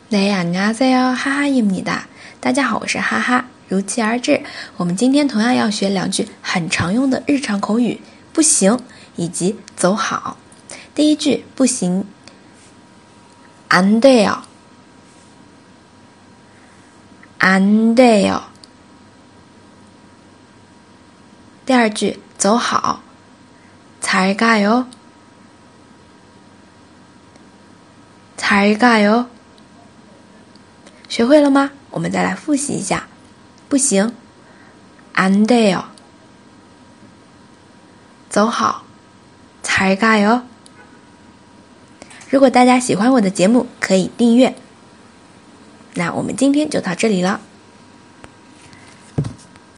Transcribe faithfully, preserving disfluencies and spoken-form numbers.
네 안녕하세요 하하입니다。大家好，我是哈哈。如期而至，我们今天同样要学两句很常用的日常口语，不行以及走好。第一句不行，안 돼요，안 돼요。第二句走好，잘 가요，잘 가요。学会了吗？我们再来复习一下。不行，안 돼요。走好，잘 가요。如果大家喜欢我的节目，可以订阅。那我们今天就到这里了。